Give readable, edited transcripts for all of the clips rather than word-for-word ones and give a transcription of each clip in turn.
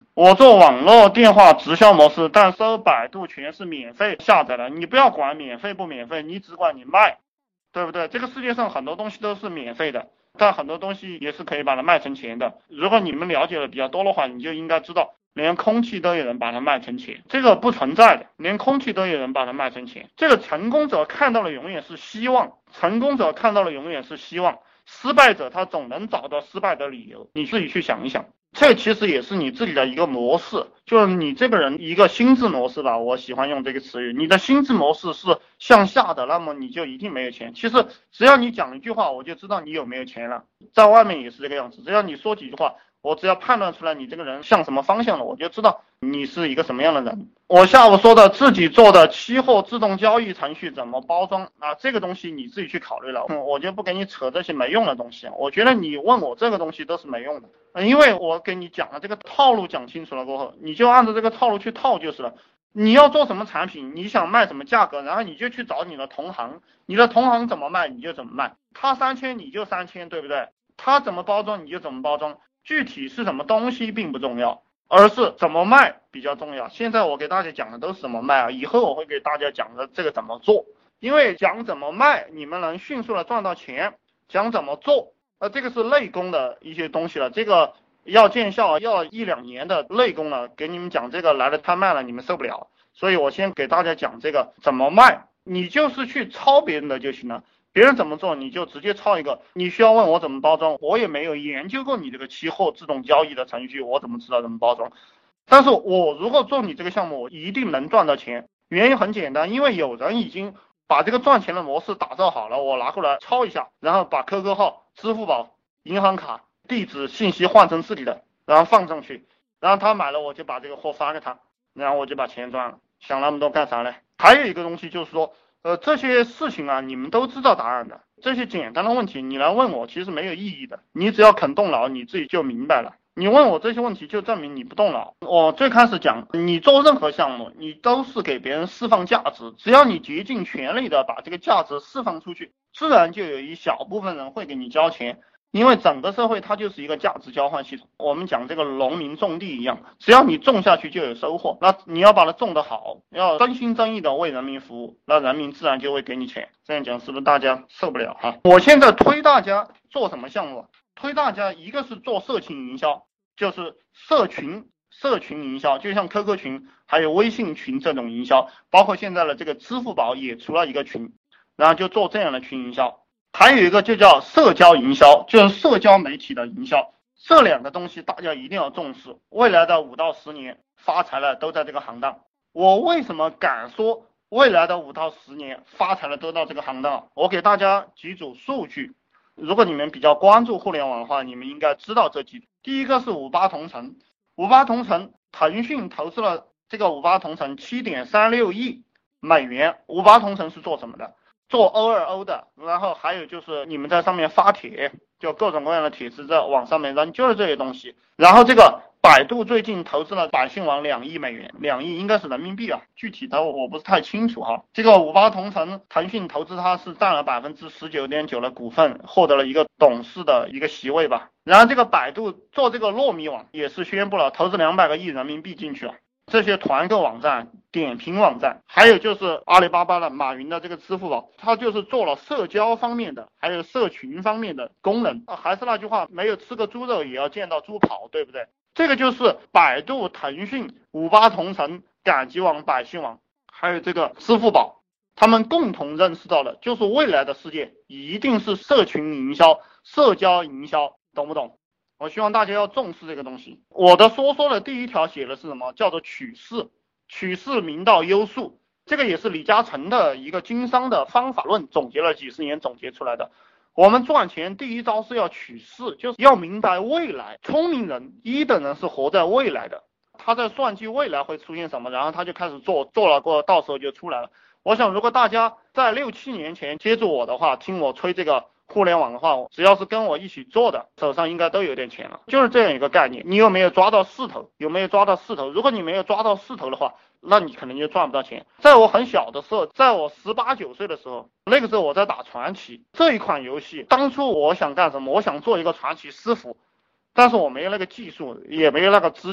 我做网络电话直销模式，但搜百度全是免费下载的，你不要管免费不免费，你只管你卖，对不对？这个世界上很多东西都是免费的，但很多东西也是可以把它卖成钱的。如果你们了解的比较多的话，你就应该知道，连空气都有人把它卖成钱，这个不存在的，连空气都有人把它卖成钱。这个成功者看到的永远是希望，成功者看到的永远是希望，失败者他总能找到失败的理由。你自己去想一想。这其实也是你自己的一个模式，就是你这个人一个心智模式吧，我喜欢用这个词语。你的心智模式是向下的，那么你就一定没有钱。其实只要你讲一句话，我就知道你有没有钱了。在外面也是这个样子，只要你说几句话，我只要判断出来你这个人向什么方向的，我就知道你是一个什么样的人。我下午说的自己做的期货自动交易程序怎么包装啊，这个东西你自己去考虑了，我就不给你扯这些没用的东西。我觉得你问我这个东西都是没用的。因为我给你讲了这个套路讲清楚了过后，你就按照这个套路去套就是了。你要做什么产品，你想卖什么价格，然后你就去找你的同行，你的同行怎么卖你就怎么卖，他3000你就3000，对不对？他怎么包装你就怎么包装，具体是什么东西并不重要，而是怎么卖比较重要。现在我给大家讲的都是怎么卖啊，以后我会给大家讲的这个怎么做，因为讲怎么卖你们能迅速的赚到钱，讲怎么做这个是内功的一些东西了，这个要见效要1-2年的内功了，给你们讲这个来的太慢了，你们受不了，所以我先给大家讲这个怎么卖，你就是去抄别人的就行了，别人怎么做你就直接抄一个。你需要问我怎么包装，我也没有研究过你这个期货自动交易的程序，我怎么知道怎么包装？但是我如果做你这个项目，我一定能赚到钱，原因很简单，因为有人已经把这个赚钱的模式打造好了，我拿过来抄一下，然后把 QQ 号、支付宝、银行卡地址信息换成自己的，然后放上去，然后他买了我就把这个货发给他，然后我就把钱赚了。想那么多干啥呢？还有一个东西就是说，这些事情啊，你们都知道答案的，这些简单的问题你来问我其实没有意义的，你只要肯动脑，你自己就明白了。你问我这些问题就证明你不动脑。我最开始讲，你做任何项目，你都是给别人释放价值，只要你竭尽全力的把这个价值释放出去，自然就有一小部分人会给你交钱。因为整个社会它就是一个价值交换系统，我们讲这个农民种地一样，只要你种下去就有收获，那你要把它种得好，要真心真意的为人民服务，那人民自然就会给你钱。这样讲是不是大家受不了哈？我现在推大家做什么项目？推大家一个是做社群营销，就是社群营销，就像 QQ 群还有微信群这种营销，包括现在的这个支付宝也出了一个群，然后就做这样的群营销。还有一个就叫社交营销，就是社交媒体的营销，这两个东西大家一定要重视，未来的5到10年发财了都在这个行当。我为什么敢说未来的5到10年发财了都到这个行当？我给大家几组数据，如果你们比较关注互联网的话，你们应该知道这几组。第一个是58同城，58同城，腾讯投资了这个58同城7.36亿美元。58同城是做什么的？做 O2O 的，然后还有就是你们在上面发帖，就各种各样的帖子在网上面扔，就是这些东西。然后这个百度最近投资了百姓网2亿美元，2亿应该是人民币啊，具体的我不是太清楚哈。这个58同城，腾讯投资它是占了19.9%的股份，获得了一个董事的一个席位吧。然后这个百度做这个糯米网也是宣布了投资200个亿人民币进去了。这些团购网站、点评网站，还有就是阿里巴巴的马云的这个支付宝，它就是做了社交方面的，还有社群方面的功能。还是那句话，没有吃个猪肉也要见到猪跑，对不对？这个就是百度、腾讯、58同城、赶集网、百姓网，还有这个支付宝，他们共同认识到的就是未来的世界一定是社群营销、社交营销，懂不懂？我希望大家要重视这个东西。我的说的第一条写的是什么？叫做取势，取势明道优术。这个也是李嘉诚的一个经商的方法论，总结了几十年总结出来的。我们赚钱第一招是要取势，就是要明白未来。聪明人1等人是活在未来的，他在算计未来会出现什么，然后他就开始做了过，到时候就出来了。我想如果大家在6-7年前接触我的话，听我吹这个互联网的话，只要是跟我一起做的，手上应该都有点钱了，就是这样一个概念。你有没有抓到势头？有没有抓到势头？如果你没有抓到势头的话，那你可能就赚不到钱。在我很小的时候，在我18、19岁的时候，那个时候我在打传奇这一款游戏。当初我想干什么？我想做一个传奇师傅，但是我没有那个技术，也没有那个资金，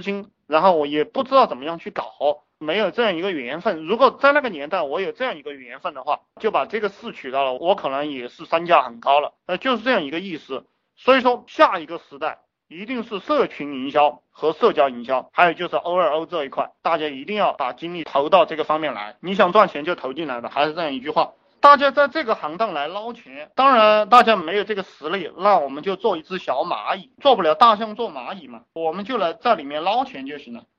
然后我也不知道怎么样去搞，没有这样一个缘分。如果在那个年代我有这样一个缘分的话，就把这个事取到了，我可能也是身价很高了，就是这样一个意思。所以说下一个时代一定是社群营销和社交营销，还有就是 O2O 这一块，大家一定要把精力投到这个方面来。你想赚钱就投进来的，还是这样一句话。大家在这个行当来捞钱，当然大家没有这个实力，那我们就做一只小蚂蚁，做不了大象做蚂蚁嘛，我们就来在里面捞钱就行了。